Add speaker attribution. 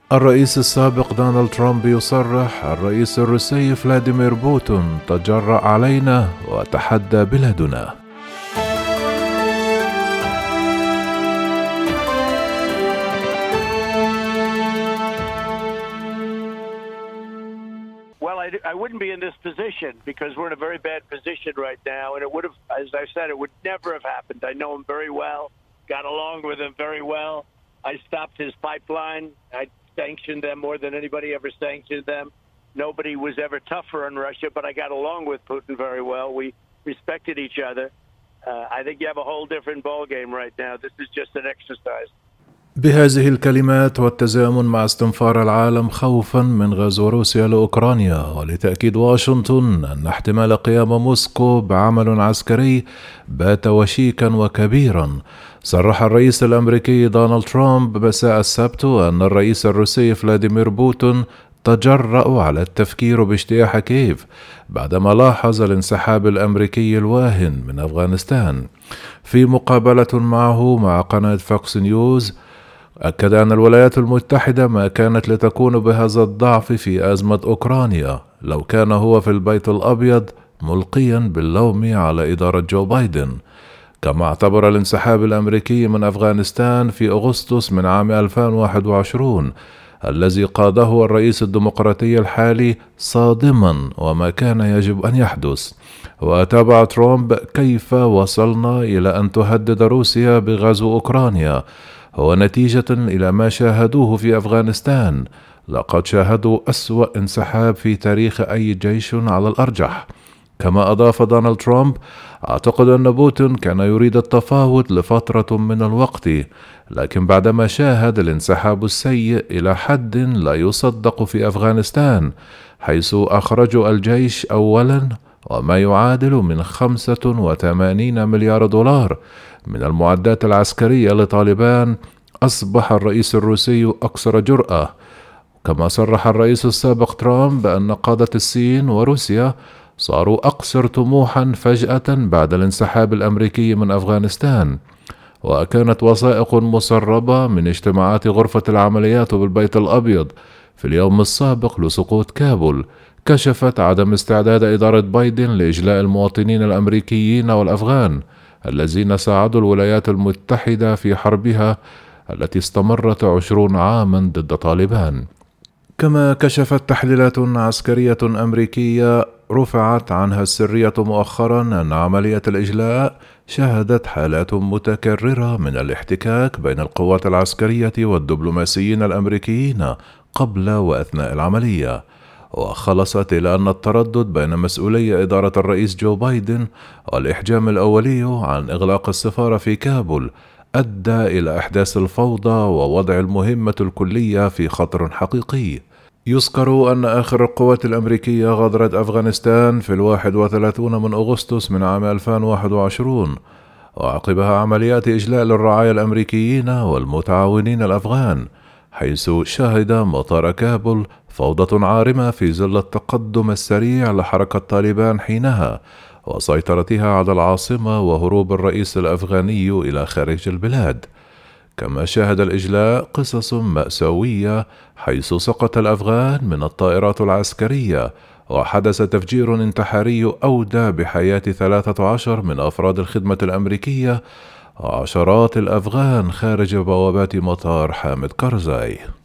Speaker 1: الرئيس السابق دونالد ترامب يصرح: الرئيس الروسي فلاديمير بوتين تجرأ علينا وتحدى بلادنا.
Speaker 2: Well, I wouldn't be in this position because we're in a very bad position right now, and it would have, as I said, it would never have happened. I know him very well, got along with him very well. I stopped his pipeline. I sanctioned them more than anybody ever sanctioned them. Nobody was ever tougher on Russia, but I got along with Putin very well. We respected each other. I think you have a whole different ball game right now. This is just an exercise.
Speaker 1: بهذه الكلمات والتزامن مع استنفار العالم خوفا من غزو روسيا لأوكرانيا، ولتأكيد واشنطن أن احتمال قيام موسكو بعمل عسكري بات وشيكا وكبيرا، صرح الرئيس الأمريكي دونالد ترامب مساء السبت أن الرئيس الروسي فلاديمير بوتين تجرأ على التفكير باجتياح كييف بعدما لاحظ الانسحاب الأمريكي الواهن من أفغانستان. في مقابلة معه مع قناة فوكس نيوز، أكد أن الولايات المتحدة ما كانت لتكون بهذا الضعف في أزمة أوكرانيا لو كان هو في البيت الأبيض، ملقيا باللوم على إدارة جو بايدن. كما اعتبر الانسحاب الأمريكي من أفغانستان في أغسطس من عام 2021 الذي قاده الرئيس الديمقراطي الحالي صادما وما كان يجب أن يحدث. وتابع ترامب: كيف وصلنا إلى أن تهدد روسيا بغزو أوكرانيا هو نتيجة إلى ما شاهدوه في أفغانستان. لقد شاهدوا أسوأ انسحاب في تاريخ أي جيش على الأرجح. كما أضاف دونالد ترامب: أعتقد أن بوتين كان يريد التفاوض لفترة من الوقت، لكن بعدما شاهد الانسحاب السيء إلى حد لا يصدق في أفغانستان، حيث أخرجوا الجيش أولا وما يعادل من 85 مليار دولار من المعدات العسكرية لطالبان، أصبح الرئيس الروسي أكثر جرأة. كما صرح الرئيس السابق ترامب بأن قادة الصين وروسيا صاروا أكثر طموحا فجأة بعد الانسحاب الأمريكي من أفغانستان. وكانت وثائق مسربة من اجتماعات غرفة العمليات بالبيت الأبيض في اليوم السابق لسقوط كابول كشفت عدم استعداد إدارة بايدن لإجلاء المواطنين الأمريكيين والأفغان الذين ساعدوا الولايات المتحدة في حربها التي استمرت 20 عاما ضد طالبان. كما كشفت تحليلات عسكرية أمريكية رفعت عنها السرية مؤخرا أن عملية الإجلاء شهدت حالات متكررة من الاحتكاك بين القوات العسكرية والدبلوماسيين الأمريكيين قبل وأثناء العملية، وخلصت إلى أن التردد بين مسؤولي إدارة الرئيس جو بايدن والإحجام الأولي عن إغلاق السفارة في كابول أدى إلى إحداث الفوضى ووضع المهمة الكلية في خطر حقيقي. يذكر أن آخر القوات الأمريكية غادرت أفغانستان في 31 من أغسطس من عام 2021، وعقبها عمليات إجلاء للرعايا الأمريكيين والمتعاونين الأفغان، حيث شهد مطار كابول فوضى عارمة في ظل التقدم السريع لحركة طالبان حينها وسيطرتها على العاصمة وهروب الرئيس الأفغاني إلى خارج البلاد. كما شهد الإجلاء قصص مأساوية حيث سقط الأفغان من الطائرات العسكرية، وحدث تفجير انتحاري أودى بحياة 13 من أفراد الخدمة الأمريكية وعشرات الأفغان خارج بوابات مطار حامد كارزاي.